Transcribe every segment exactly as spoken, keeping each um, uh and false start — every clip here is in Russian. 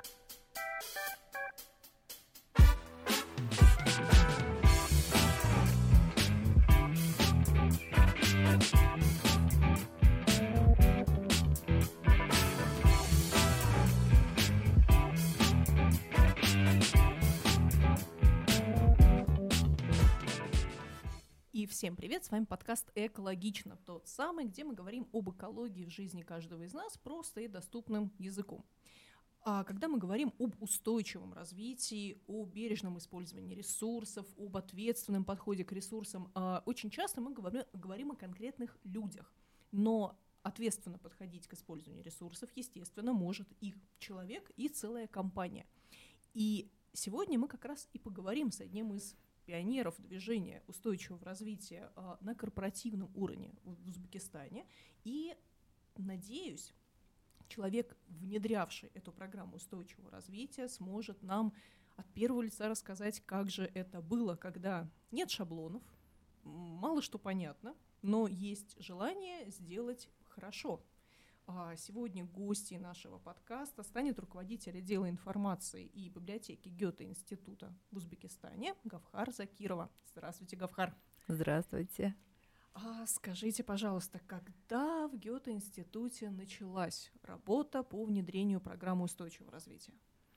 И всем привет, с вами подкаст «Экологично», тот самый, где мы говорим об экологии в жизни каждого из нас просто и доступным языком. А когда мы говорим об устойчивом развитии, о бережном использовании ресурсов, об ответственном подходе к ресурсам, очень часто мы говорим о конкретных людях. Но ответственно подходить к использованию ресурсов, естественно, может и человек, и целая компания. И сегодня мы как раз и поговорим с одним из пионеров движения устойчивого развития а, на корпоративном уровне в Узбекистане. И, надеюсь, человек, внедрявший эту программу устойчивого развития, сможет нам от первого лица рассказать, как же это было, когда нет шаблонов, мало что понятно, но есть желание сделать хорошо. Сегодня гостьей нашего подкаста станет руководитель отдела информации и библиотеки Гёте-института в Узбекистане Гавхар Закирова. Здравствуйте, Гавхар. Здравствуйте. А скажите, пожалуйста, когда в Гёте-институте началась работа по внедрению программы устойчивого развития?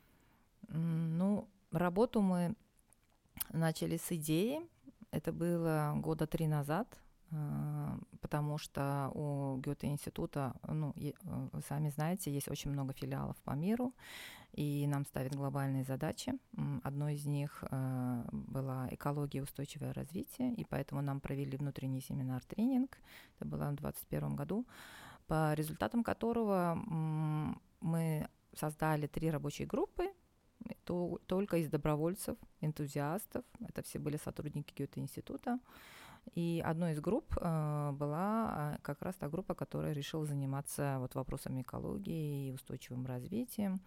Ну, работу мы начали с идеи. Это было года три назад. Потому что у Гёте-института, ну, вы сами знаете, есть очень много филиалов по миру, и нам ставят глобальные задачи. Одной из них э, была экология и устойчивое развитие, и поэтому нам провели внутренний семинар-тренинг, это было в двадцать первом году, по результатам которого м, мы создали три рабочие группы, то, только из добровольцев, энтузиастов, это все были сотрудники Гёте-института. И одной из групп э, была э, как раз та группа, которая решила заниматься вот вопросами экологии и устойчивым развитием.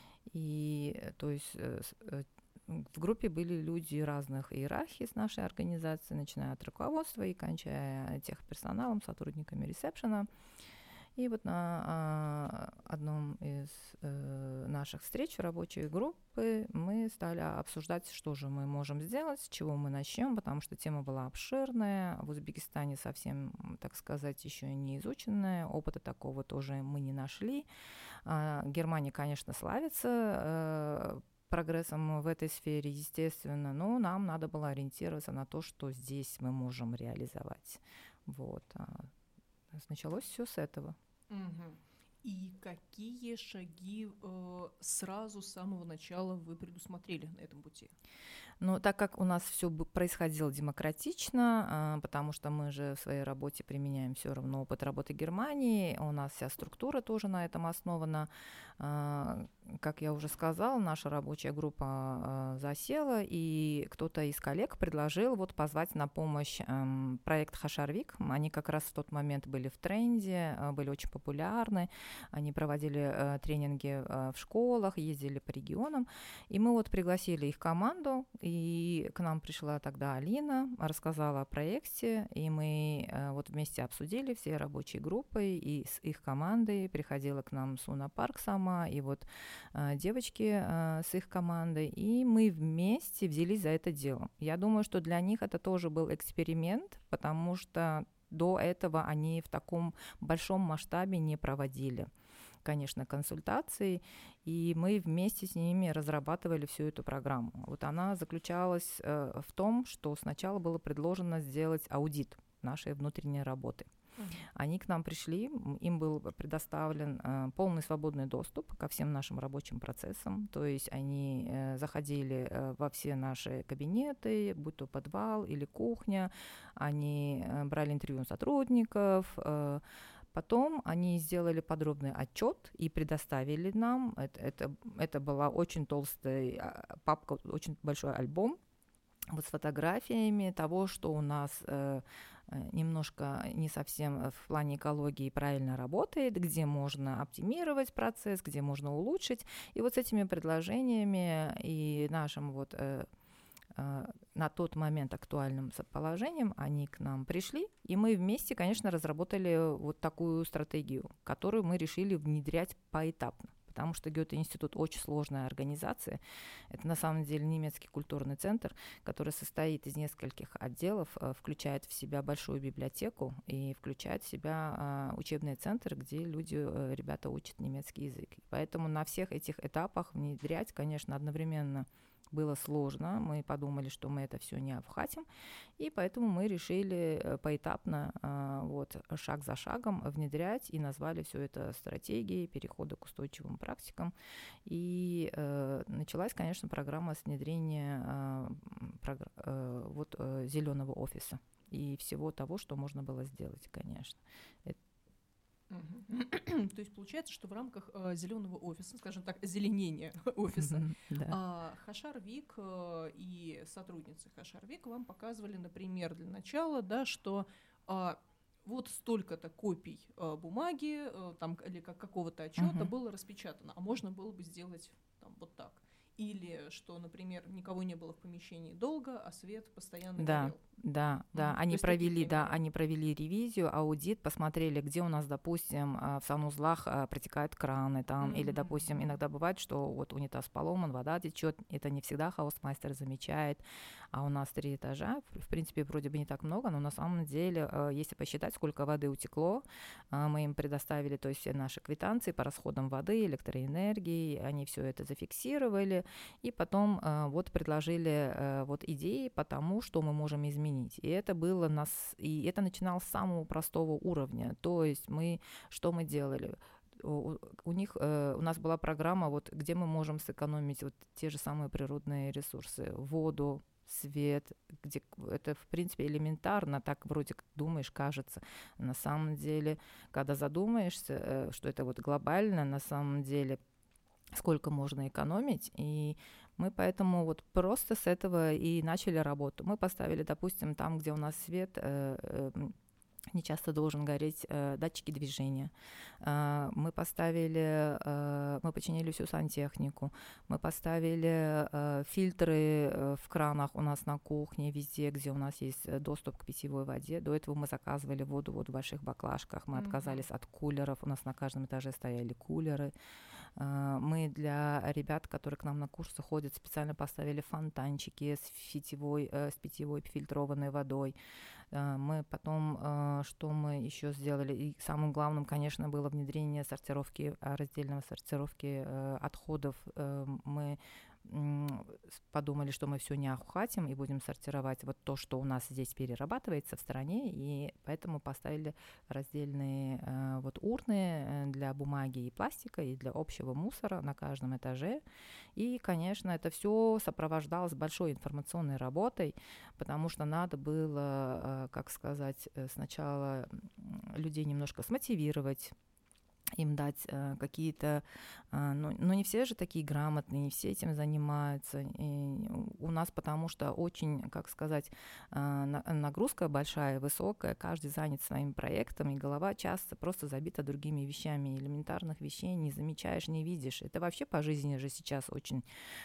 И то есть э, э, в группе были люди разных иерархий с нашей организации, начиная от руководства и кончая техперсоналом, сотрудниками ресепшена. И вот на э, одном из э, наших встреч рабочей группы мы стали обсуждать, что же мы можем сделать, с чего мы начнем, потому что тема была обширная, в Узбекистане совсем, так сказать, еще не изученная, опыта такого тоже мы не нашли. Э, Германия, конечно, славится э, прогрессом в этой сфере, естественно, но нам надо было ориентироваться на то, что здесь мы можем реализовать. Вот. Началось все с этого. Угу. И какие шаги э, сразу с самого начала вы предусмотрели на этом пути? Ну, так как у нас все происходило демократично, потому что мы же в своей работе применяем все равно опыт работы Германии, у нас вся структура тоже на этом основана. Как я уже сказала, наша рабочая группа засела, и кто-то из коллег предложил вот позвать на помощь проект Хашарвик. Они как раз в тот момент были в тренде, были очень популярны, они проводили тренинги в школах, ездили по регионам, и мы вот пригласили их команду. И к нам пришла тогда Алина, рассказала о проекте, и мы э, вот вместе обсудили все рабочие группы, и с их командой приходила к нам Суна Парк сама, и вот э, девочки э, с их командой, и мы вместе взялись за это дело. Я думаю, что для них это тоже был эксперимент, потому что до этого они в таком большом масштабе не проводили, конечно, консультации, и мы вместе с ними разрабатывали всю эту программу. Вот она заключалась э, в том, что сначала было предложено сделать аудит нашей внутренней работы. Uh-huh. Они к нам пришли, им был предоставлен э, полный свободный доступ ко всем нашим рабочим процессам, то есть они э, заходили э, во все наши кабинеты, будь то подвал или кухня, они э, брали интервью у сотрудников, э, потом они сделали подробный отчет и предоставили нам. Это, это, это была очень толстая папка, очень большой альбом вот с фотографиями того, что у нас э, немножко не совсем в плане экологии правильно работает, где можно оптимизировать процесс, где можно улучшить. И вот с этими предложениями и нашим вот э, на тот момент актуальным положением они к нам пришли, и мы вместе, конечно, разработали вот такую стратегию, которую мы решили внедрять поэтапно. потому что Гёте-институт очень сложная организация. Это на самом деле немецкий культурный центр, который состоит из нескольких отделов, включает в себя большую библиотеку и включает в себя учебный центр, где люди, ребята учат немецкий язык. Поэтому на всех этих этапах внедрять, конечно, одновременно было сложно. Мы подумали, что мы это все не обхватим, и поэтому мы решили поэтапно, вот, шаг за шагом внедрять и назвали все это стратегией перехода к устойчивым практикам. И э, началась, конечно, программа с внедрения э, прогр- э, вот, э, зеленого офиса и всего того, что можно было сделать, конечно. Это То есть получается, что в рамках э, зеленого офиса, скажем так, озеленения офиса, да. э, Хашар-Вик э, и сотрудницы Хашар-Вик вам показывали, например, для начала, да, что э, вот столько-то копий э, бумаги э, там, или как, какого-то отчета Uh-huh. было распечатано, а можно было бы сделать там, вот так. Или что, например, никого не было в помещении долго, а свет постоянно да. горел. Да, да, Mm-hmm. они провели, да, они провели ревизию, аудит, посмотрели, где у нас, допустим, в санузлах протекают краны там, mm-hmm. или, допустим, иногда бывает, что вот унитаз поломан, вода течет, это не всегда хаусмайстер замечает, а у нас три этажа, в принципе, вроде бы не так много, но на самом деле, если посчитать, сколько воды утекло, мы им предоставили, то есть все наши квитанции по расходам воды, электроэнергии, они все это зафиксировали, и потом вот предложили вот идеи по тому, что мы можем изменить. И это было нас, и это начиналось с самого простого уровня. То есть мы, что мы делали? У, у них, э, у нас была программа, вот, где мы можем сэкономить вот те же самые природные ресурсы, воду, свет, где это, в принципе, элементарно, так вроде как думаешь, кажется. На самом деле, когда задумаешься, э, что это вот глобально, на самом деле, сколько можно экономить, и мы поэтому вот просто с этого и начали работу. Мы поставили, допустим, там, где у нас свет, э, э, не часто должен гореть, э, датчики движения. Э, мы поставили, э, мы починили всю сантехнику, мы поставили э, фильтры э, в кранах у нас на кухне, везде, где у нас есть доступ к питьевой воде. До этого мы заказывали воду вот в больших баклажках, мы mm-hmm. отказались от кулеров, у нас на каждом этаже стояли кулеры. Мы для ребят, которые к нам на курсы ходят, специально поставили фонтанчики с питьевой, с питьевой фильтрованной водой. Мы потом, что мы еще сделали, и самым главным, конечно, было внедрение сортировки, раздельного сортировки отходов. Мы подумали, что мы все не охватим и будем сортировать вот то, что у нас здесь перерабатывается в стране, и поэтому поставили раздельные э, вот урны для бумаги и пластика, и для общего мусора на каждом этаже. И, конечно, это все сопровождалось большой информационной работой, потому что надо было, э, как сказать, сначала людей немножко смотивировать, им дать э, какие-то, э, ну, ну не все же такие грамотные, не все этим занимаются. И у нас потому что очень, как сказать, э, нагрузка большая, высокая, каждый занят своим проектом, и голова часто просто забита другими вещами, элементарных вещей не замечаешь, не видишь. Это вообще по жизни же сейчас очень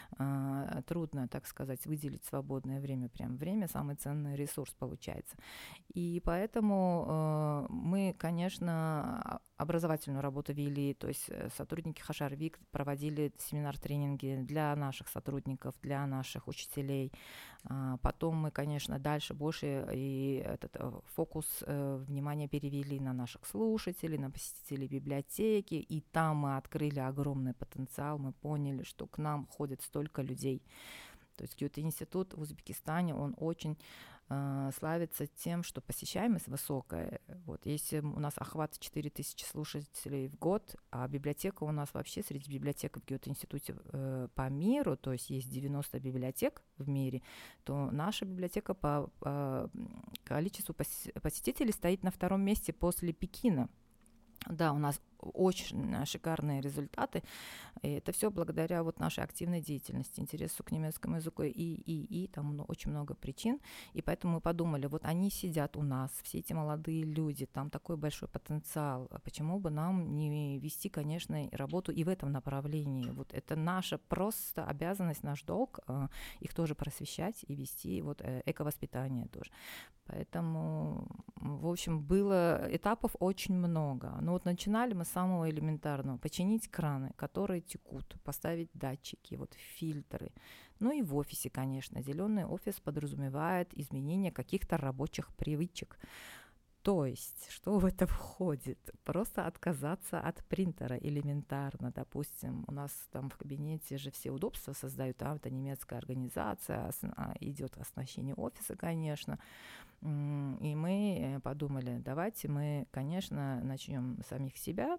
э, трудно, так сказать, выделить свободное время. Прям время самый ценный ресурс получается. И поэтому э, мы, конечно, образовательную работу вели, то есть сотрудники Хашар-Вик проводили семинар-тренинги для наших сотрудников, для наших учителей. Потом мы, конечно, дальше больше и этот фокус внимания перевели на наших слушателей, на посетителей библиотеки, и там мы открыли огромный потенциал, мы поняли, что к нам ходит столько людей. То есть Гёте-институт в Узбекистане, он очень славится тем, что посещаемость высокая. Вот, если у нас охват четыре тысячи слушателей в год, а библиотека у нас вообще среди библиотек в Гёте-институте э, по миру, то есть есть девяносто библиотек в мире, то наша библиотека по э, количеству посетителей стоит на втором месте после Пекина. Да, у нас очень шикарные результаты. И это все благодаря вот нашей активной деятельности, интересу к немецкому языку и, и, и там ну, очень много причин. И поэтому мы подумали, вот они сидят у нас, все эти молодые люди, там такой большой потенциал. Почему бы нам не вести, конечно, работу и в этом направлении? Вот это наша просто обязанность, наш долг, их тоже просвещать и вести вот эко-воспитание тоже. Поэтому, в общем, было этапов очень много. Но вот начинали мы с самого элементарного. Починить краны, которые текут, поставить датчики, вот фильтры. Ну и в офисе, конечно. Зеленый офис подразумевает изменение каких-то рабочих привычек. То есть, что в это входит? Просто отказаться от принтера элементарно. Допустим, у нас там в кабинете же все удобства создают, там это немецкая организация, идет оснащение офиса, конечно. И мы подумали, давайте мы, конечно, начнем с самих себя.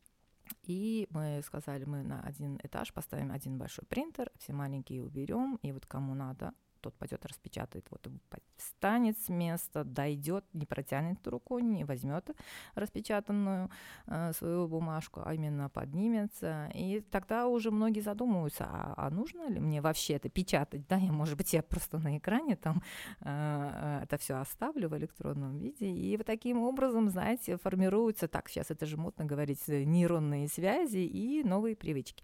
И мы сказали, мы на один этаж поставим один большой принтер, все маленькие уберем, и вот кому надо, тот пойдет, распечатает, вот встанет с места, дойдет, не протянет рукой, не возьмет распечатанную э, свою бумажку, а именно поднимется. И тогда уже многие задумываются, а, а нужно ли мне вообще это печатать? Да, я, может быть, я просто на экране там э, это все оставлю в электронном виде. И вот таким образом, знаете, формируются, так, сейчас это же модно говорить, нейронные связи и новые привычки.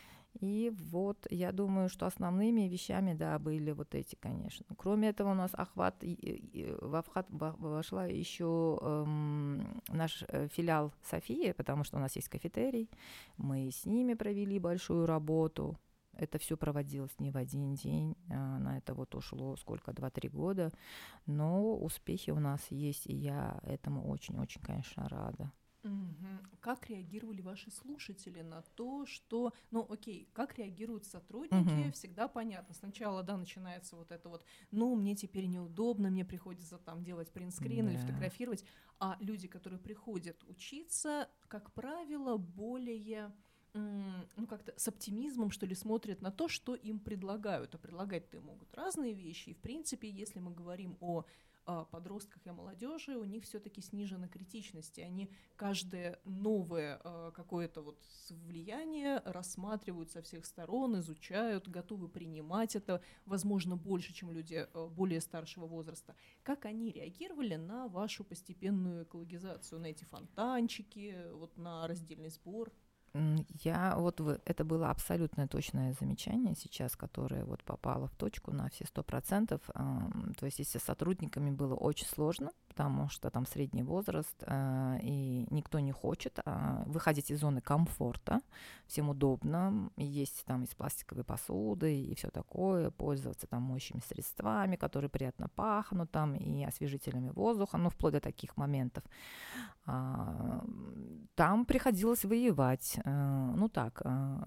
И вот я думаю, что основными вещами, да, были вот эти, конечно. Кроме этого, у нас охват, в охват вошла еще эм, наш филиал София, потому что у нас есть кафетерий. Мы с ними провели большую работу. Это все проводилось не в один день. На это вот ушло сколько, два-три года. Но успехи у нас есть, и я этому очень-очень, конечно, рада. Угу. Как реагировали ваши слушатели на то, что, ну окей, как реагируют сотрудники, угу. всегда понятно. Сначала, да, начинается вот это вот, ну, мне теперь неудобно, мне приходится там делать принтскрин да. или фотографировать, а люди, которые приходят учиться, как правило, более, ну, как-то с оптимизмом, что ли, смотрят на то, что им предлагают. А предлагать-то могут разные вещи, и, в принципе, если мы говорим о подростках и молодежи, у них все-таки снижена критичность, и они каждое новое э, какое-то вот влияние рассматривают со всех сторон, изучают, готовы принимать это, возможно, больше, чем люди э, более старшего возраста. Как они реагировали на вашу постепенную экологизацию, на эти фонтанчики, вот на раздельный сбор? Я вот это было абсолютно точное замечание сейчас, которое вот попало в точку на все сто процентов. То есть, если с сотрудниками было очень сложно, потому что там средний возраст, и никто не хочет выходить из зоны комфорта, всем удобно, есть там из пластиковой посуды и все такое, пользоваться там моющими средствами, которые приятно пахнут, там и освежителями воздуха, ну, вплоть до таких моментов. Там приходилось воевать, ну так,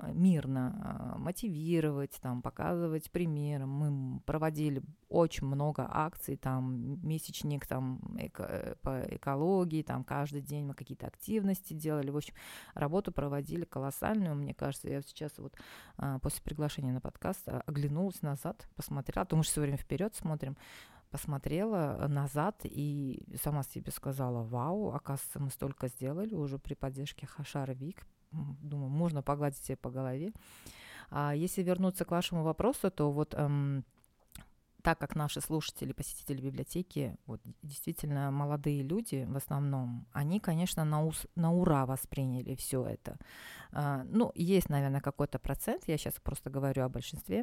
мирно, мотивировать, там, показывать примером. Мы проводили очень много акций, там, месячник там, эко, по экологии, там, каждый день мы какие-то активности делали. В общем, работу проводили колоссальную, мне кажется. Я сейчас вот после приглашения на подкаст оглянулась назад, посмотрела, потому что все время вперед смотрим, посмотрела назад и сама себе сказала, вау, оказывается, мы столько сделали уже при поддержке Хашара Вик. Думаю, можно погладить себе по голове. А если вернуться к вашему вопросу, то вот эм, так как наши слушатели, посетители библиотеки, вот, действительно молодые люди в основном, они, конечно, на, ус, на ура восприняли все это. А, ну, есть, наверное, какой-то процент, я сейчас просто говорю о большинстве,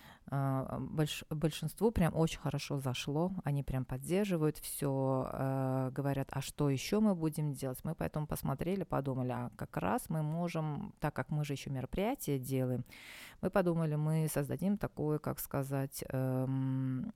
Больш, большинству прям очень хорошо зашло, они прям поддерживают все, э, говорят, а что еще мы будем делать? Мы поэтому посмотрели, подумали, а как раз мы можем, так как мы же еще мероприятие делаем, мы подумали, мы создадим такое, как сказать, эм,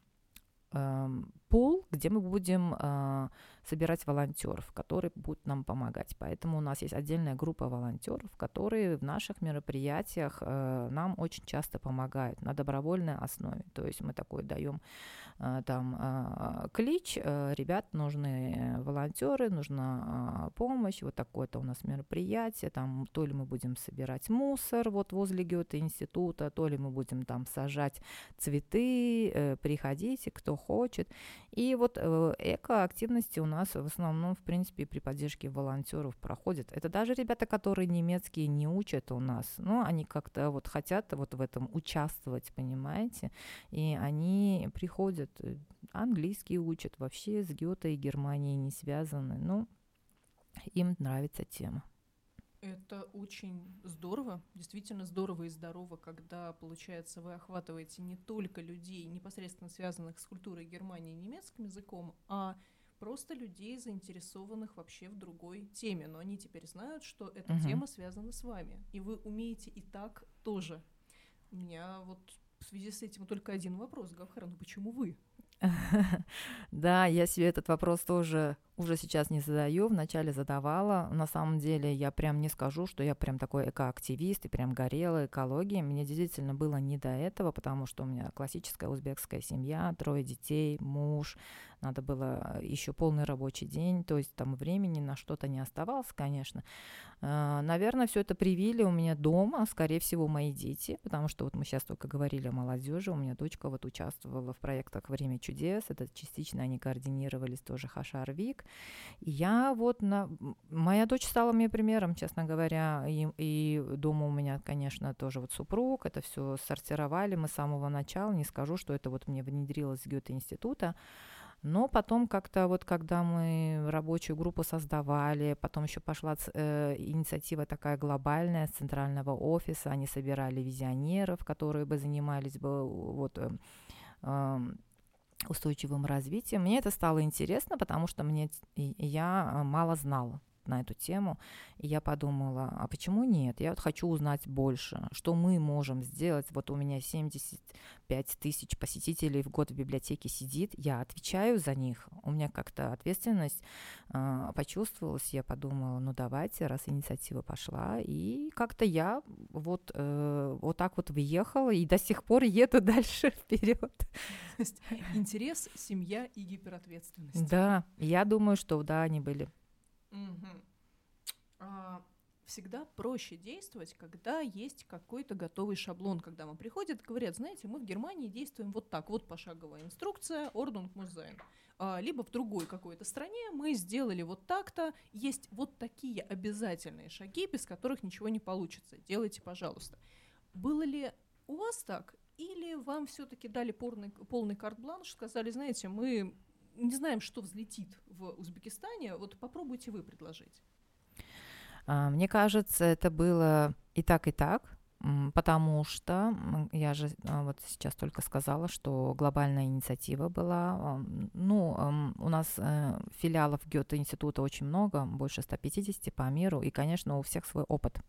эм, пул, где мы будем э, собирать волонтеров, которые будут нам помогать. Поэтому у нас есть отдельная группа волонтеров, которые в наших мероприятиях э, нам очень часто помогают на добровольной основе. То есть мы такой даем э, там э, клич, э, ребят, нужны волонтеры, нужна э, помощь, вот такое-то у нас мероприятие, там то ли мы будем собирать мусор вот возле Гёте-института, то ли мы будем там сажать цветы, э, приходите, кто хочет. И вот э, эко-активности у нас в основном, в принципе, при поддержке волонтеров проходят. Это даже ребята, которые немецкий не учат у нас, но они как-то вот хотят вот в этом участвовать, понимаете? И они приходят, английский учат, вообще с Гёте и Германией не связаны, но им нравится тема. Это очень здорово, действительно здорово и здорово, когда, получается, вы охватываете не только людей, непосредственно связанных с культурой Германии и немецким языком, а просто людей, заинтересованных вообще в другой теме, но они теперь знают, что эта Мгм. тема связана с вами, и вы умеете и так тоже. У меня вот в связи с этим только один вопрос, Гавхар, ну почему вы? Да, я себе этот вопрос тоже уже сейчас не задаю, вначале задавала. На самом деле я прям не скажу, что я прям такой экоактивист и прям горела экологией. Мне действительно было не до этого, потому что у меня классическая узбекская семья, трое детей, муж. Надо было еще полный рабочий день, то есть там времени на что-то не оставалось, конечно. А, Наверное, все это привили у меня дома, скорее всего, мои дети, потому что вот мы сейчас только говорили о молодежи, у меня дочка вот участвовала в проектах «Время чудес», это частично они координировались тоже Хашар Вик. И я вот, на... м, моя дочь стала мне примером, честно говоря, и, и дома у меня, конечно, тоже вот супруг, это все сортировали мы с самого начала, не скажу, что это вот мне внедрилось с Гёте-института, но потом как-то вот, когда мы рабочую группу создавали, потом еще пошла ц- э, инициатива такая глобальная с центрального офиса, они собирали визионеров, которые бы занимались бы вот э, ам, устойчивым развитием. Мне это стало интересно, потому что мне т- и- и я а, мало знала на эту тему, и я подумала, а почему нет? Я вот хочу узнать больше, что мы можем сделать. Вот у меня семьдесят пять тысяч посетителей в год в библиотеке сидит, я отвечаю за них, у меня как-то ответственность а, почувствовалась, я подумала, ну давайте, раз инициатива пошла, и как-то я вот, э, вот так вот въехала, и до сих пор еду дальше вперед. То есть интерес, семья и гиперответственность. Да, я думаю, что да, они были. Мгм. А, Всегда проще действовать, когда есть какой-то готовый шаблон, когда вам приходят, говорят, знаете, мы в Германии действуем вот так, вот пошаговая инструкция, Ordnung muss sein. А, либо в другой какой-то стране мы сделали вот так-то, есть вот такие обязательные шаги, без которых ничего не получится, делайте, пожалуйста. Было ли у вас так, или вам все-таки дали полный, полный карт-бланш, сказали, знаете, мы не знаем, что взлетит в Узбекистане, вот попробуйте вы предложить. А, Мне кажется, это было и так, и так, м, потому что м, я же а, вот сейчас только сказала, что глобальная инициатива была. ам, Ну, ам, у нас э, филиалов Гёте-института очень много, больше ста пятидесяти по миру, и, конечно, у всех свой опыт.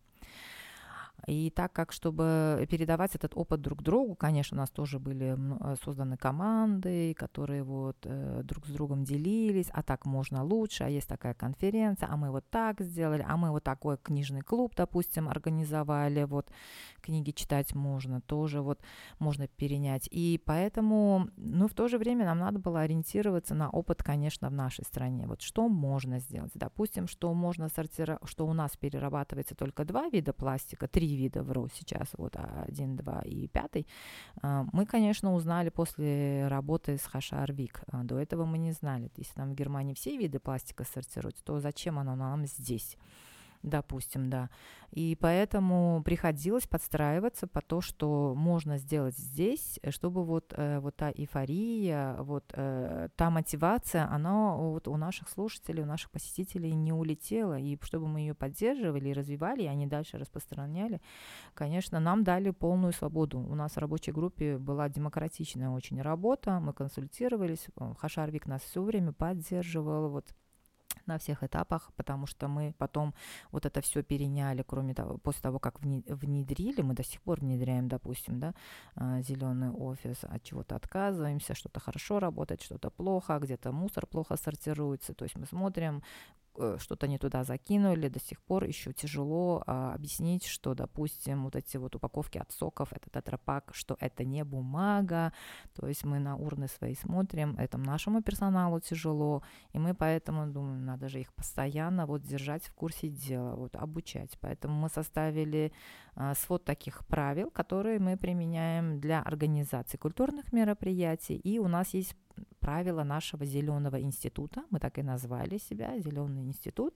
И так как, чтобы передавать этот опыт друг другу, конечно, у нас тоже были м, э, созданы команды, которые вот э, друг с другом делились, а так можно лучше, а есть такая конференция, а мы вот так сделали, а мы вот такой книжный клуб, допустим, организовали, вот книги читать можно, тоже вот можно перенять. И поэтому, ну, в то же время нам надо было ориентироваться на опыт, конечно, в нашей стране. Вот что можно сделать? Допустим, что можно сортировать, что у нас перерабатывается только два вида пластика, три вида, вру сейчас, вот один, два и пятый. А, Мы, конечно, узнали после работы с Хашар Вик. А, До этого мы не знали. Если там в Германии все виды пластика сортируются, то зачем оно нам здесь? Допустим, да. И поэтому приходилось подстраиваться по то, что можно сделать здесь, чтобы вот, э, вот та эйфория, вот э, та мотивация, она вот у наших слушателей, у наших посетителей не улетела. И чтобы мы ее поддерживали и развивали, и они дальше распространяли, конечно, нам дали полную свободу. У нас в рабочей группе была демократичная очень работа, мы консультировались, Хашар Вик нас все время поддерживал, вот на всех этапах, потому что мы потом вот это все переняли, кроме того, после того, как внедрили, мы до сих пор внедряем, допустим, да, зеленый офис, от чего-то отказываемся, что-то хорошо работает, что-то плохо, где-то мусор плохо сортируется, то есть мы смотрим, что-то не туда закинули, до сих пор еще тяжело а, объяснить, что, допустим, вот эти вот упаковки от соков, это тетрапак, что это не бумага, то есть мы на урны свои смотрим, это нашему персоналу тяжело, и мы поэтому думаем, надо же их постоянно вот держать в курсе дела, вот обучать, поэтому мы составили а, свод таких правил, которые мы применяем для организации культурных мероприятий, и у нас есть правила нашего зеленого института, мы так и назвали себя, зеленый институт,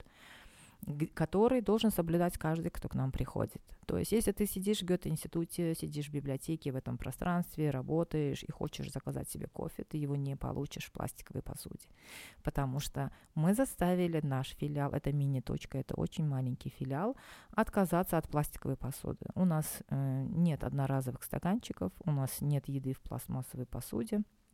который должен соблюдать каждый, кто к нам приходит. То есть, если ты сидишь в Гёте-институте, сидишь в библиотеке, в этом пространстве, работаешь и хочешь заказать себе кофе, ты его не получишь в пластиковой посуде. Потому что мы заставили наш филиал, это мини-точка, это очень маленький филиал, отказаться от пластиковой посуды. У нас э, нет одноразовых стаканчиков, у нас нет еды в пластмассовой посуде.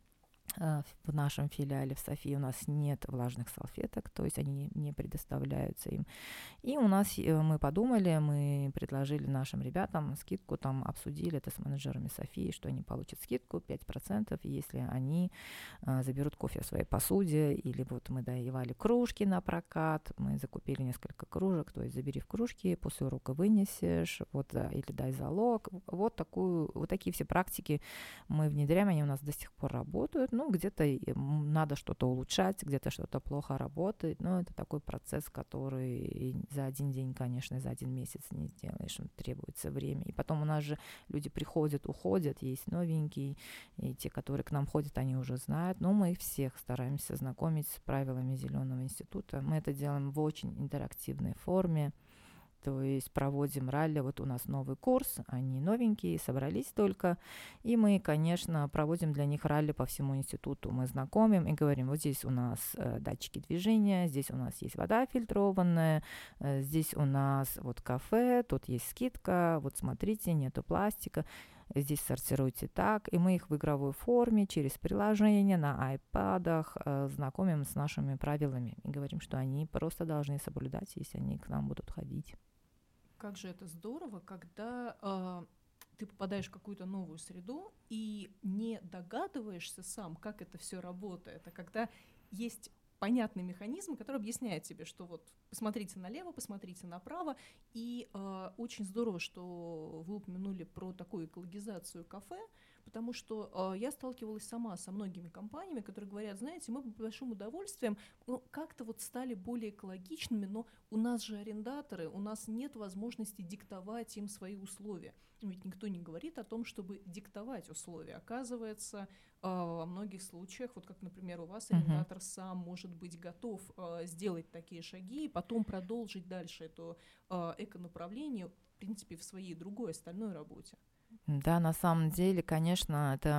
В нашем филиале в Софии у нас нет влажных салфеток, то есть они не предоставляются им. И у нас мы подумали, мы предложили нашим ребятам скидку, там обсудили это с менеджерами Софии, что они получат скидку пять процентов, если они а, заберут кофе в своей посуде, или вот мы давали кружки на прокат, мы закупили несколько кружек, то есть забери в кружки, после урока вынесешь, вот, или дай залог. Вот, такую, вот такие все практики мы внедряем, они у нас до сих пор работают. Ну, где-то надо что-то улучшать, где-то что-то плохо работает, но это такой процесс, который за один день, конечно, за один месяц не сделаешь, требуется время. И потом у нас же люди приходят, уходят, есть новенькие, и те, которые к нам ходят, они уже знают, но мы их всех стараемся знакомить с правилами Зеленого института. Мы это делаем в очень интерактивной форме. То есть проводим ралли, вот у нас новый курс, они новенькие, собрались только, и мы, конечно, проводим для них ралли по всему институту. Мы знакомим и говорим, вот здесь у нас э, датчики движения, здесь у нас есть вода фильтрованная, э, здесь у нас вот кафе, тут есть скидка, вот смотрите, нету пластика. Здесь сортируйте так, и мы их в игровой форме через приложение на айпадах э, знакомим с нашими правилами и говорим, что они просто должны соблюдать, если они к нам будут ходить. Как же это здорово, когда э, ты попадаешь в какую-то новую среду и не догадываешься сам, как это все работает, а когда есть понятный механизм, который объясняет тебе, что вот посмотрите налево, посмотрите направо, и э, очень здорово, что вы упомянули про такую экологизацию кафе, потому что э, я сталкивалась сама со многими компаниями, которые говорят, знаете, мы с большим удовольствием ну, как-то вот стали более экологичными, но у нас же арендаторы, у нас нет возможности диктовать им свои условия. Ведь никто не говорит о том, чтобы диктовать условия. Оказывается, э, во многих случаях, вот как, например, у вас арендатор uh-huh. сам может быть готов э, сделать такие шаги и потом продолжить дальше это э, эко-направление, в принципе, в своей другой остальной работе. Да, на самом деле, конечно, это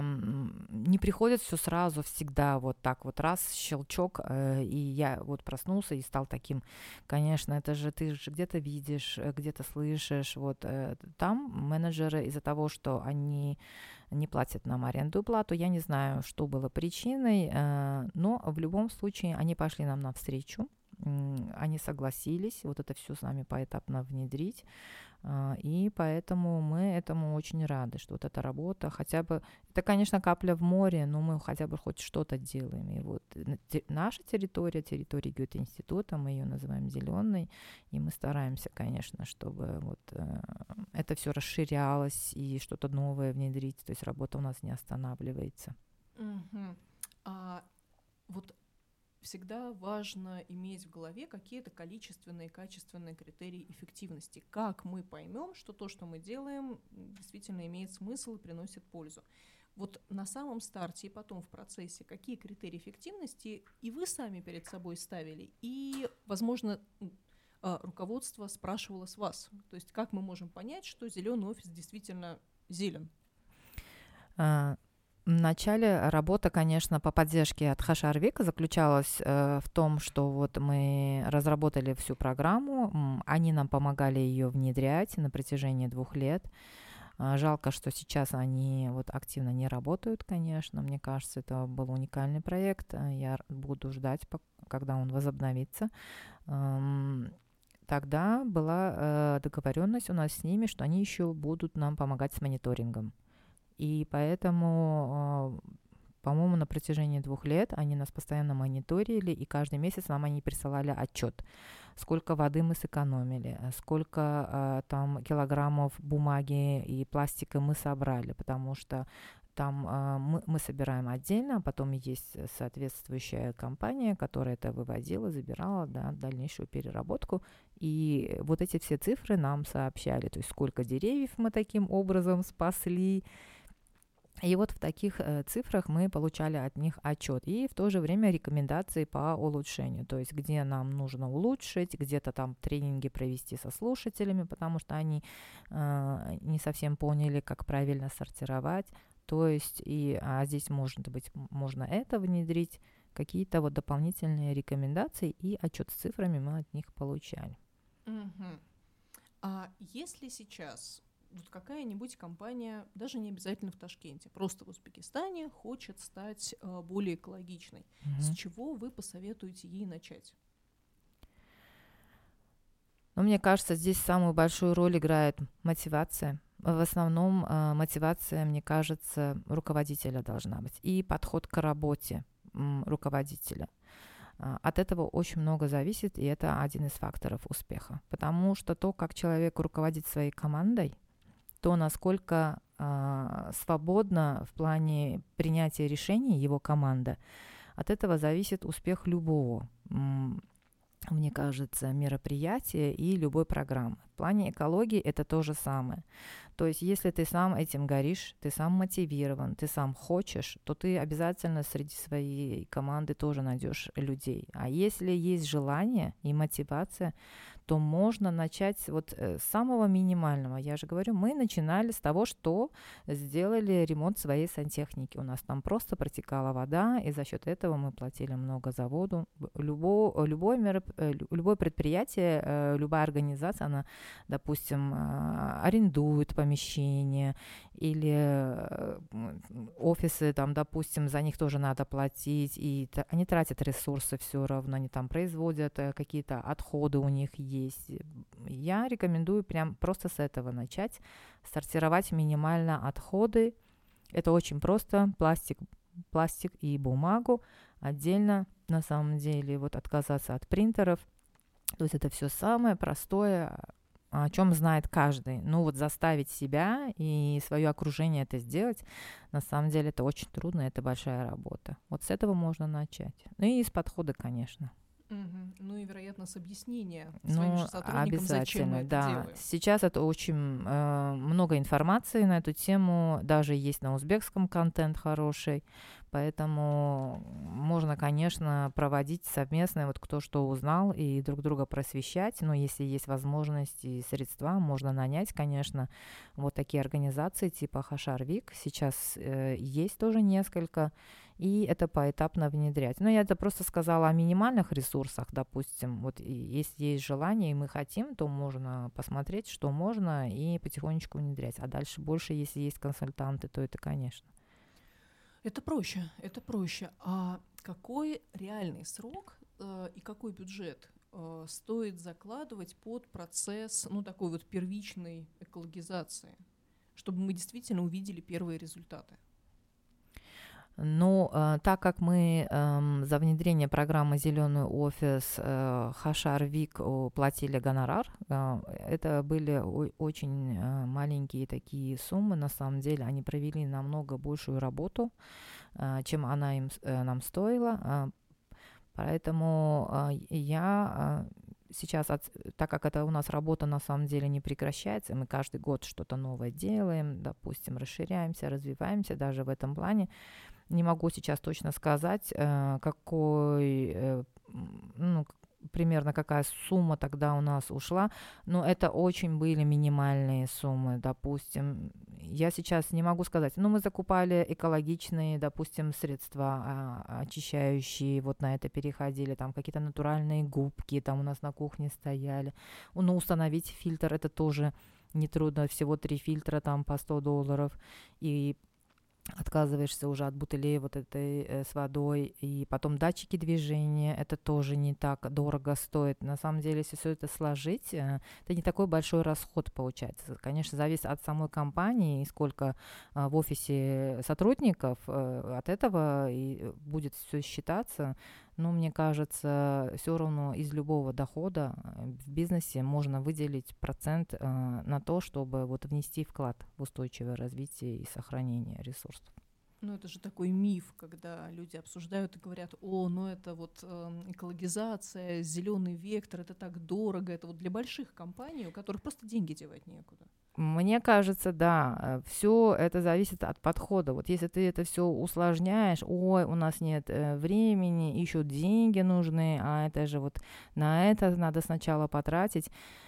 не приходит все сразу, всегда вот так вот раз, щелчок, э, и я вот проснулся и стал таким. Конечно, это же ты же где-то видишь, где-то слышишь. Вот э, там менеджеры из-за того, что они не платят нам арендную плату, я не знаю, что было причиной, э, но в любом случае они пошли нам навстречу, э, они согласились вот это все с нами поэтапно внедрить. И поэтому мы этому очень рады, что вот эта работа хотя бы, это, конечно, капля в море, но мы хотя бы хоть что-то делаем. И вот наша территория, территория Гёте-института, мы ее называем зеленой, и мы стараемся, конечно, чтобы вот э, это все расширялось и что-то новое внедрить, то есть работа у нас не останавливается. Mm-hmm. А вот всегда важно иметь в голове какие-то количественные и качественные критерии эффективности. Как мы поймем, что то, что мы делаем, действительно имеет смысл и приносит пользу. Вот на самом старте и потом в процессе, какие критерии эффективности и вы сами перед собой ставили, и, возможно, руководство спрашивало с вас. То есть как мы можем понять, что зеленый офис действительно зелен? А- В начале работа, конечно, по поддержке от Хашарвика заключалась э, в том, что вот мы разработали всю программу, они нам помогали ее внедрять на протяжении двух лет. Э, жалко, что сейчас они вот активно не работают, конечно. Мне кажется, это был уникальный проект. Я буду ждать, когда он возобновится. Эм, тогда была э, договоренность у нас с ними, что они еще будут нам помогать с мониторингом. И поэтому, по-моему, на протяжении двух лет они нас постоянно мониторили, и каждый месяц нам они присылали отчет, сколько воды мы сэкономили, сколько э, там килограммов бумаги и пластика мы собрали, потому что там э, мы, мы собираем отдельно, а потом есть соответствующая компания, которая это вывозила, забирала, да, дальнейшую переработку. И вот эти все цифры нам сообщали, то есть сколько деревьев мы таким образом спасли. И вот в таких э, цифрах мы получали от них отчет и в то же время рекомендации по улучшению, то есть где нам нужно улучшить, где-то там тренинги провести со слушателями, потому что они э, не совсем поняли, как правильно сортировать, то есть и а здесь может быть можно это внедрить, какие-то вот дополнительные рекомендации и отчет с цифрами мы от них получали. Mm-hmm. А если сейчас вот какая-нибудь компания, даже не обязательно в Ташкенте, просто в Узбекистане хочет стать э, более экологичной. Мгм. С чего вы посоветуете ей начать? Ну, мне кажется, здесь самую большую роль играет мотивация. В основном э, мотивация, мне кажется, руководителя должна быть. И подход к работе м, руководителя. А, От этого очень много зависит, и это один из факторов успеха. Потому что то, как человек руководит своей командой, то, насколько а, свободно в плане принятия решений его команда, от этого зависит успех любого, м, мне кажется, мероприятия и любой программы. В плане экологии это то же самое. То есть, если ты сам этим горишь, ты сам мотивирован, ты сам хочешь, то ты обязательно среди своей команды тоже найдешь людей. А если есть желание и мотивация, то можно начать вот э, с самого минимального. Я же говорю, мы начинали с того, что сделали ремонт своей сантехники. У нас там просто протекала вода, и за счет этого мы платили много за воду. Любо, любое, мероп, э, любое предприятие, э, любая организация, она, допустим, э, арендует помещение или э, офисы, там, допустим, за них тоже надо платить, и т- они тратят ресурсы все равно, они там производят э, какие-то отходы у них есть. Я рекомендую прям просто с этого начать, сортировать минимально отходы. Это очень просто, пластик, пластик и бумагу отдельно, на самом деле, вот отказаться от принтеров. То есть это все самое простое, о чем знает каждый. Ну вот заставить себя и свое окружение это сделать, на самом деле это очень трудно, это большая работа. Вот с этого можно начать. Ну и с подхода, конечно. Мгм. Ну и, вероятно, с объяснения своим Ну, же сотрудникам, зачем мы обязательно, это да. делаем. Сейчас это очень э, много информации на эту тему, даже есть на узбекском контент хороший, поэтому можно, конечно, проводить совместно, вот кто что узнал, и друг друга просвещать, но если есть возможность и средства, можно нанять, конечно, вот такие организации типа Хашар-Вик, сейчас э, есть тоже несколько, и это поэтапно внедрять. Но я это просто сказала о минимальных ресурсах, допустим. Вот и если есть желание, и мы хотим, то можно посмотреть, что можно, и потихонечку внедрять. А дальше больше, если есть консультанты, то это, конечно. Это проще, это проще. А какой реальный срок э, и какой бюджет э, стоит закладывать под процесс, ну, такой вот первичной экологизации, чтобы мы действительно увидели первые результаты? Ну, э, так как мы эм, за внедрение программы «Зеленый офис» э, Хашар-Вик о, платили гонорар, э, это были о- очень э, маленькие такие суммы, на самом деле они провели намного большую работу, э, чем она им, с- э, нам стоила, э, поэтому э, я э, сейчас, от- так как это у нас работа на самом деле не прекращается, мы каждый год что-то новое делаем, допустим, расширяемся, развиваемся даже в этом плане. Не могу сейчас точно сказать, э, какой, э, м, ну, к- примерно какая сумма тогда у нас ушла, но это очень были минимальные суммы, допустим. Я сейчас не могу сказать, но мы закупали экологичные, допустим, средства а, очищающие, вот на это переходили, там какие-то натуральные губки там у нас на кухне стояли. Ну, установить фильтр, это тоже нетрудно, всего три фильтра там по сто долларов, и отказываешься уже от бутылей вот этой э, с водой, и потом датчики движения, это тоже не так дорого стоит. На самом деле, если все это сложить, э, это не такой большой расход получается. Конечно, зависит от самой компании, и сколько э, в офисе сотрудников, э, от этого и будет все считаться. Но мне кажется, все равно из любого дохода э, в бизнесе можно выделить процент э, на то, чтобы вот внести вклад в устойчивое развитие и сохранение ресурсов. Ну, это же такой миф, когда люди обсуждают и говорят: о, ну это вот эм, экологизация, зеленый вектор, это так дорого, это вот для больших компаний, у которых просто деньги девать некуда. Мне кажется, да, все это зависит от подхода. Вот если ты это все усложняешь, ой, у нас нет э, времени, еще деньги нужны, а это же вот на это надо сначала потратить.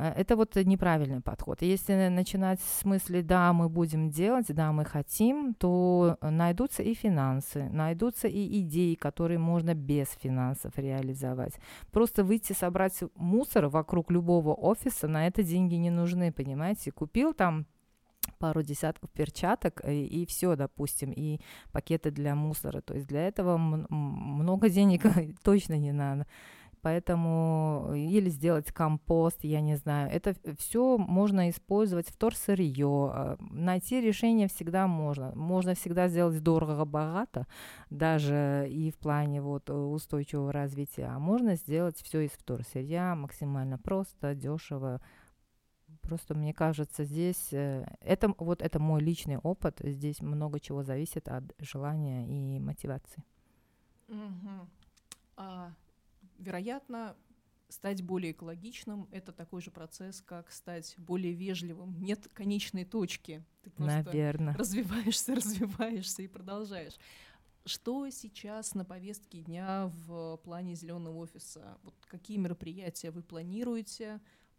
Это вот неправильный подход. Если начинать с мысли «да, мы будем делать, да, мы хотим», то найдутся и финансы, найдутся и идеи, которые можно без финансов реализовать. Просто выйти собрать мусор вокруг любого офиса, на это деньги не нужны, понимаете? Купил там пару десятков перчаток и, и все, допустим, и пакеты для мусора. То есть для этого м- много денег точно не надо. Поэтому или сделать компост, я не знаю. Это все можно использовать, вторсырье. Найти решение всегда можно. Можно всегда сделать дорого-богато, даже и в плане вот устойчивого развития. А можно сделать все из вторсырья максимально просто, дешево. Просто мне кажется, здесь это вот это мой личный опыт. Здесь много чего зависит от желания и мотивации. Угу. А, вероятно, стать более экологичным — это такой же процесс, как стать более вежливым. Нет конечной точки. Ты просто Наверно. развиваешься, развиваешься и продолжаешь. Что сейчас на повестке дня в плане зеленого офиса? Вот какие мероприятия вы планируете?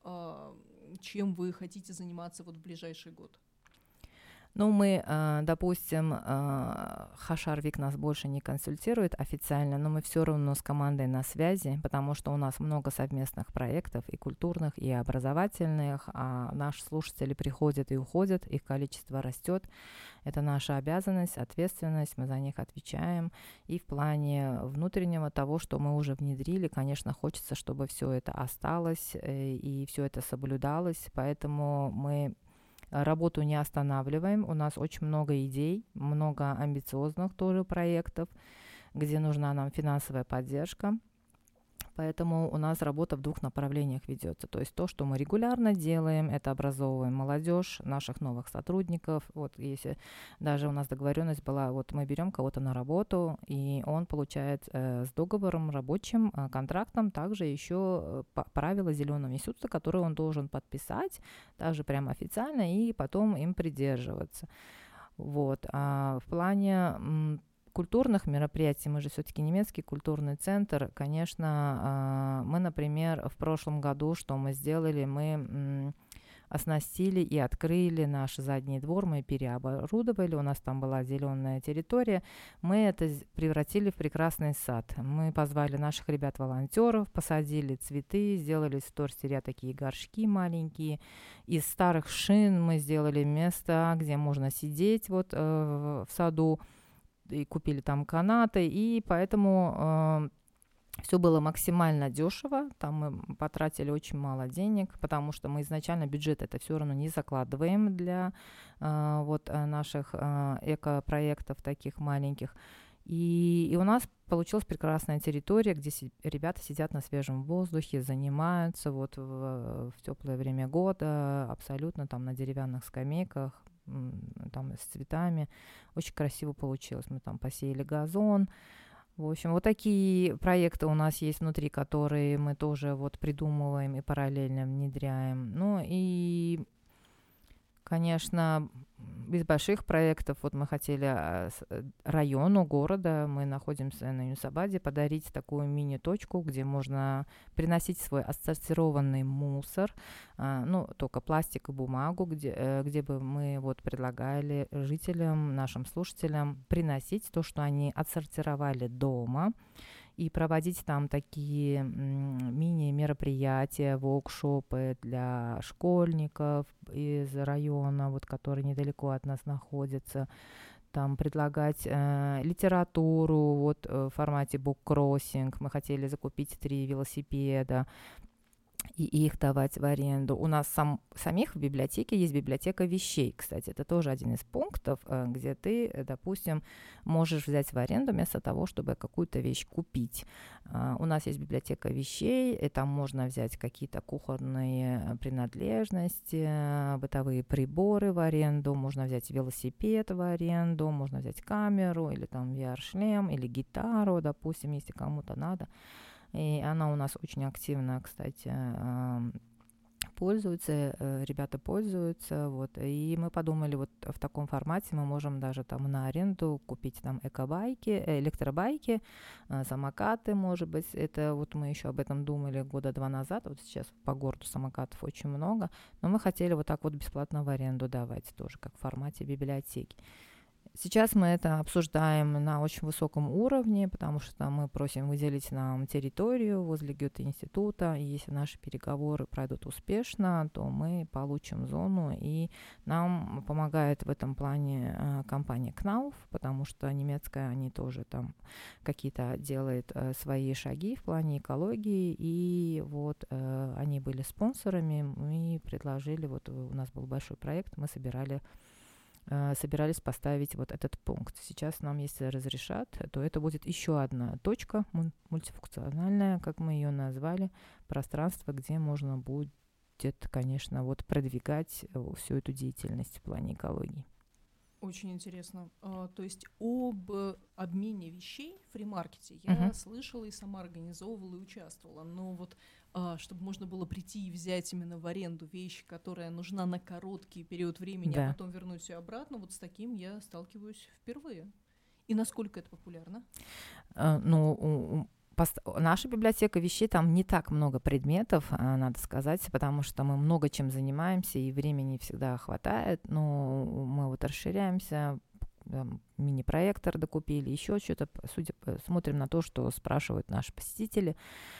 Чем вы хотите заниматься вот в ближайший год? Ну, мы, допустим, Хашар-Вик нас больше не консультирует официально, но мы все равно с командой на связи, потому что у нас много совместных проектов и культурных, и образовательных, а наши слушатели приходят и уходят, их количество растет. Это наша обязанность, ответственность, мы за них отвечаем. И в плане внутреннего того, что мы уже внедрили, конечно, хочется, чтобы все это осталось и все это соблюдалось, поэтому мы работу не останавливаем. У нас очень много идей, много амбициозных тоже проектов, где нужна нам финансовая поддержка. Поэтому у нас работа в двух направлениях ведется. То есть то, что мы регулярно делаем, это образовываем молодежь, наших новых сотрудников. Вот если даже у нас договоренность была, вот мы берем кого-то на работу, и он получает э, с договором рабочим э, контрактом также еще э, правила зеленого института, которые он должен подписать, также прямо официально, и потом им придерживаться. Вот. А в плане м, культурных мероприятий, мы же все-таки немецкий культурный центр, конечно, мы, например, в прошлом году, что мы сделали, мы оснастили и открыли наш задний двор, мы переоборудовали, у нас там была зеленая территория, мы это превратили в прекрасный сад. Мы позвали наших ребят-волонтеров, посадили цветы, сделали из вторсырья такие горшки маленькие, из старых шин мы сделали место, где можно сидеть вот э, в саду, и купили там канаты, и поэтому э, все было максимально дешево, там мы потратили очень мало денег, потому что мы изначально бюджет это все равно не закладываем для э, вот наших э, эко-проектов таких маленьких. И, и у нас получилась прекрасная территория, где си- ребята сидят на свежем воздухе, занимаются вот в, в теплое время года, абсолютно там на деревянных скамейках, там с цветами. Очень красиво получилось. Мы там посеяли газон. В общем, вот такие проекты у нас есть внутри, которые мы тоже вот придумываем и параллельно внедряем. Ну и, конечно, из больших проектов, вот мы хотели району города, мы находимся на Юнусабаде, подарить такую мини-точку, где можно приносить свой отсортированный мусор, а, ну, только пластик и бумагу, где, где бы мы вот предлагали жителям, нашим слушателям приносить то, что они отсортировали дома, и проводить там такие м, мини-мероприятия, воркшопы для школьников из района, вот, которые недалеко от нас находятся, там предлагать э, литературу вот, э, в формате буккроссинг. Мы хотели закупить три велосипеда и их давать в аренду. У нас сам, самих в библиотеке есть библиотека вещей, кстати, это тоже один из пунктов, где ты, допустим, можешь взять в аренду вместо того, чтобы какую-то вещь купить. У нас есть библиотека вещей, и там можно взять какие-то кухонные принадлежности, бытовые приборы в аренду, можно взять велосипед в аренду, можно взять камеру или там ви ар-шлем, или гитару, допустим, если кому-то надо. И она у нас очень активно, кстати, пользуются, э, ребята пользуются, вот, и мы подумали, вот в таком формате мы можем даже там на аренду купить там экобайки, э, электробайки, э, самокаты, может быть, это вот мы еще об этом думали года два назад, вот сейчас по городу самокатов очень много, но мы хотели вот так вот бесплатно в аренду давать тоже, как в формате библиотеки. Сейчас мы это обсуждаем на очень высоком уровне, потому что мы просим выделить нам территорию возле Гёте-института, и если наши переговоры пройдут успешно, то мы получим зону, и нам помогает в этом плане э, компания Knauf, потому что немецкая, они тоже там какие-то делают э, свои шаги в плане экологии, и вот э, они были спонсорами, мы предложили, вот у нас был большой проект, мы собирали собирались поставить вот этот пункт. Сейчас нам, если разрешат, то это будет еще одна точка мультифункциональная, как мы ее назвали, пространство, где можно будет, конечно, вот продвигать всю эту деятельность в плане экологии. Очень интересно. А, то есть об обмене вещей в фри-маркете я uh-huh. слышала и сама организовывала и участвовала. Но вот а, чтобы можно было прийти и взять именно в аренду вещь, которая нужна на короткий период времени, да. а потом вернуть ее обратно, вот с таким я сталкиваюсь впервые. И насколько это популярно? Uh, ну, наша библиотека вещей, там не так много предметов, надо сказать, потому что мы много чем занимаемся, и времени всегда хватает, но мы вот расширяемся, мини-проектор докупили, еще что-то, судя, смотрим на то, что спрашивают наши посетители.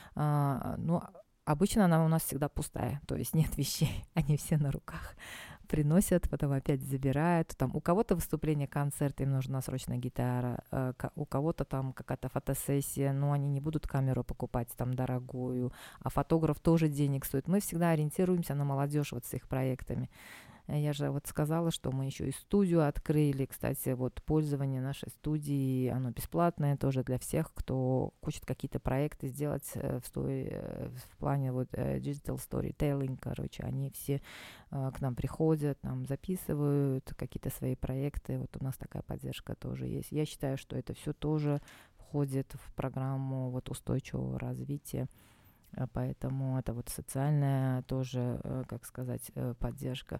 Ну, обычно она у нас всегда пустая, то есть нет вещей, они все на руках. Приносят, потом опять забирают. Там у кого-то выступление, концерт, им нужна срочно гитара, э, у кого-то там какая-то фотосессия, но они не будут камеру покупать там дорогую, а фотограф тоже денег стоит. Мы всегда ориентируемся на молодежь вот с их проектами. Я же вот сказала, что мы еще и студию открыли. Кстати, вот пользование нашей студии, оно бесплатное тоже для всех, кто хочет какие-то проекты сделать в, стори, в плане вот digital storytelling, короче, они все к нам приходят, нам записывают какие-то свои проекты. Вот у нас такая поддержка тоже есть. Я считаю, что это все тоже входит в программу вот устойчивого развития. Поэтому это вот социальная тоже, как сказать, поддержка.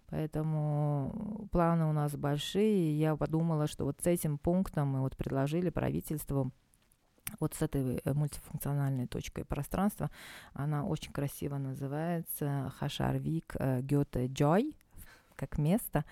Поэтому планы у нас большие. Я подумала, что вот с этим пунктом мы вот предложили правительству, вот с этой мультифункциональной точкой пространства, она очень красиво называется Хашарвик Гёте Джой, как место.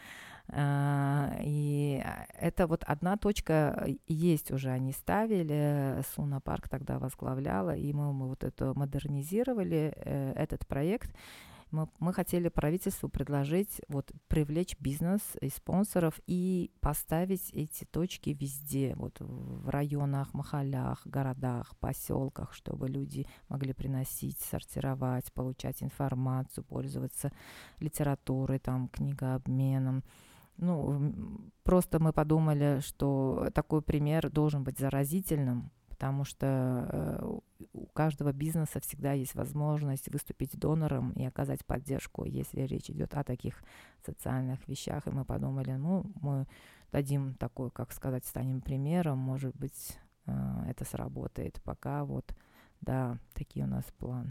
И это вот одна точка есть уже, они ставили, Суна Парк тогда возглавляла, и мы, мы вот это модернизировали, этот проект. Мы, мы хотели правительству предложить вот привлечь бизнес и спонсоров и поставить эти точки везде, вот в районах, махалях, городах, поселках, чтобы люди могли приносить, сортировать, получать информацию, пользоваться литературой, там, книгообменом. Ну, просто мы подумали, что такой пример должен быть заразительным, потому что у каждого бизнеса всегда есть возможность выступить донором и оказать поддержку, если речь идет о таких социальных вещах. И мы подумали, ну, мы дадим такой, как сказать, станем примером, может быть, это сработает. Пока вот, да, такие у нас планы.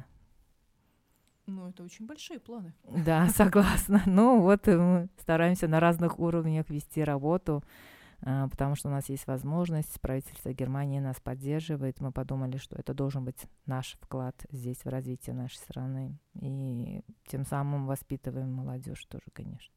Ну, это очень большие планы. Да, согласна. Ну, вот мы стараемся на разных уровнях вести работу, потому что у нас есть возможность, правительство Германии нас поддерживает. Мы подумали, что это должен быть наш вклад здесь в развитие нашей страны. И тем самым воспитываем молодежь тоже, конечно.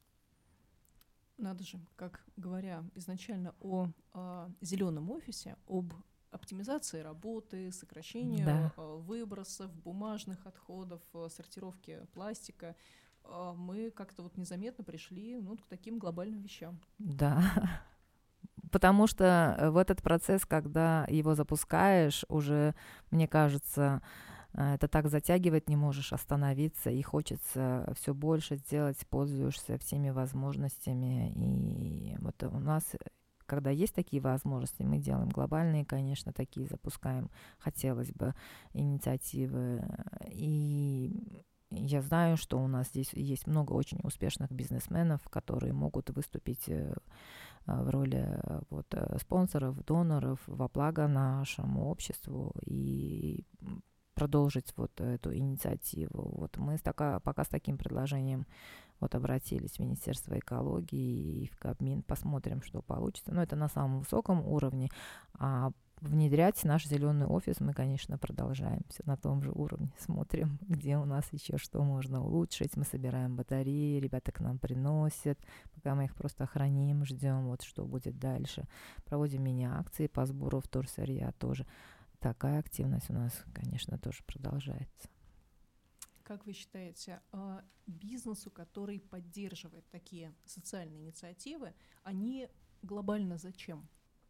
Надо же, как говоря изначально о, о зеленом офисе, об оптимизации работы, сокращению да. выбросов, бумажных отходов, сортировки пластика, мы как-то вот незаметно пришли ну, к таким глобальным вещам. Да. Потому что в этот процесс, когда его запускаешь, уже, мне кажется, это так затягивает, не можешь остановиться, и хочется все больше сделать, пользуешься всеми возможностями. И вот у нас, когда есть такие возможности, мы делаем глобальные, конечно, такие запускаем, хотелось бы, инициативы. И я знаю, что у нас здесь есть много очень успешных бизнесменов, которые могут выступить в роли вот, спонсоров, доноров во благо нашему обществу и продолжить вот эту инициативу. Вот мы с така, пока с таким предложением вот обратились в Министерство экологии и в Кабмин, посмотрим, что получится. Но это на самом высоком уровне, а внедрять наш зеленый офис мы, конечно, продолжаемся на том же уровне. Смотрим, где у нас еще что можно улучшить. Мы собираем батареи, ребята к нам приносят, пока мы их просто храним, ждем, вот что будет дальше. Проводим мини-акции по сбору вторсырья тоже. Такая активность у нас, конечно, тоже продолжается. Как вы считаете, бизнесу, который поддерживает такие социальные инициативы, они глобально зачем?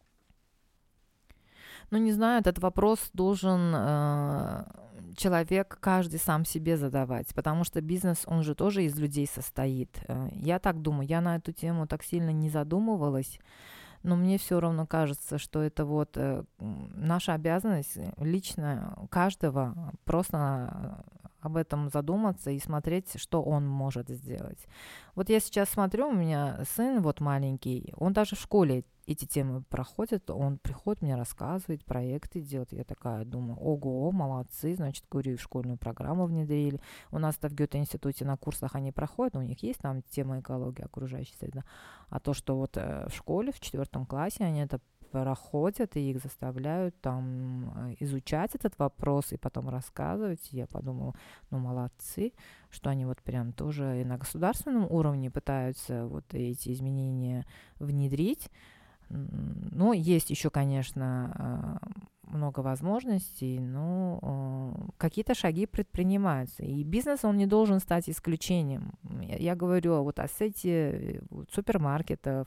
Ну, не знаю, этот вопрос должен э, человек, каждый сам себе задавать, потому что бизнес, он же тоже из людей состоит. Я так думаю, я на эту тему так сильно не задумывалась, но мне все равно кажется, что это вот э, наша обязанность лично каждого просто об этом задуматься и смотреть, что он может сделать. Вот я сейчас смотрю, у меня сын вот маленький, он даже в школе эти темы проходит, он приходит, мне рассказывает, проекты делает. Я такая думаю, ого, молодцы, значит, говорю, в школьную программу внедрили. У нас-то в Гёте-институте на курсах они проходят, у них есть там тема экологии, окружающей среды. А то, что вот э, в школе, в четвертом классе они это проходят, и их заставляют там изучать этот вопрос и потом рассказывать. Я подумала, ну, молодцы, что они вот прям тоже и на государственном уровне пытаются вот эти изменения внедрить. Ну, есть еще, конечно, много возможностей, но какие-то шаги предпринимаются. И бизнес, он не должен стать исключением. Я говорю вот о сети супермаркетов,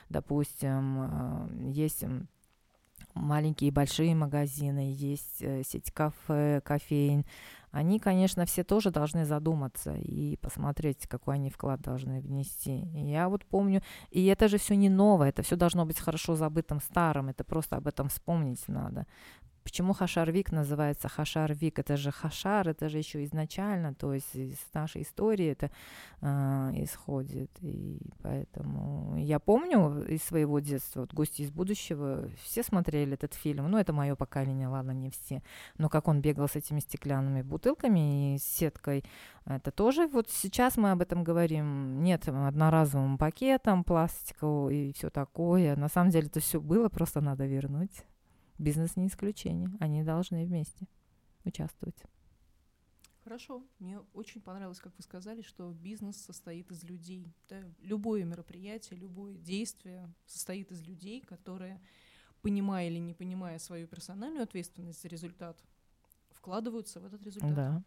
допустим, есть маленькие и большие магазины, есть сеть кафе, кофеин. Они, конечно, все тоже должны задуматься и посмотреть, какой они вклад должны внести. Я вот помню, и это же все не новое, это все должно быть хорошо забытым старым, это просто об этом вспомнить надо. Почему Хашар-Вик называется Хашар-Вик? Это же Хашар, это же еще изначально, то есть из нашей истории это э, исходит. И поэтому я помню из своего детства, вот «Гости из будущего», все смотрели этот фильм, ну это мое поколение, ладно, не все, но как он бегал с этими стеклянными бутылками и с сеткой, это тоже вот сейчас мы об этом говорим, нет одноразовым пакетом пластиковым и все такое. На самом деле это все было, просто надо вернуть. Бизнес не исключение. Они должны вместе участвовать. Хорошо. Мне очень понравилось, как вы сказали, что бизнес состоит из людей. Да? Любое мероприятие, любое действие состоит из людей, которые, понимая или не понимая свою персональную ответственность за результат, вкладываются в этот результат. Да.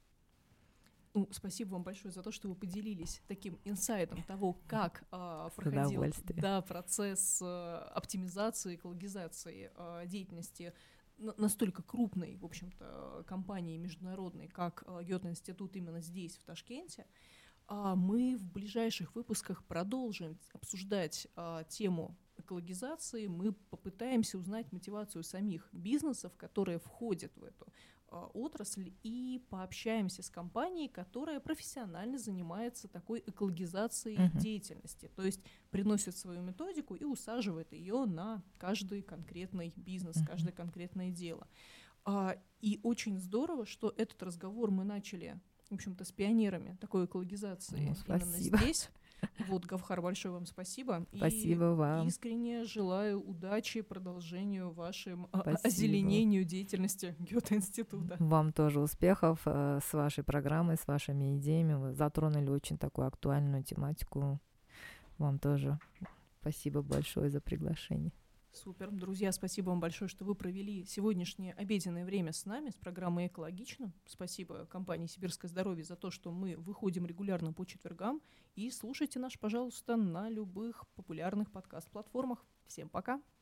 Ну, спасибо вам большое за то, что вы поделились таким инсайтом того, как э, проходил да, процесс э, оптимизации, экологизации э, деятельности на- настолько крупной, в общем-то, компании международной, как э, Гёте-институт именно здесь, в Ташкенте. А мы в ближайших выпусках продолжим обсуждать э, тему экологизации. Мы попытаемся узнать мотивацию самих бизнесов, которые входят в эту отрасль, и пообщаемся с компанией, которая профессионально занимается такой экологизацией uh-huh. деятельности, то есть приносит свою методику и усаживает ее на каждый конкретный бизнес, uh-huh. каждое конкретное дело. А, и очень здорово, что этот разговор мы начали, в общем-то, с пионерами такой экологизации ну, именно здесь. Вот, Гавхар, большое вам спасибо. Спасибо и вам. Искренне желаю удачи продолжению вашему озеленению деятельности Гёте-института. Вам тоже успехов э, с вашей программой, с вашими идеями. Вы затронули очень такую актуальную тематику. Вам тоже спасибо большое за приглашение. Супер. Друзья, спасибо вам большое, что вы провели сегодняшнее обеденное время с нами, с программой «Экологично». Спасибо компании «Сибирское здоровье» за то, что мы выходим регулярно по четвергам. И слушайте нас, пожалуйста, на любых популярных подкаст-платформах. Всем пока!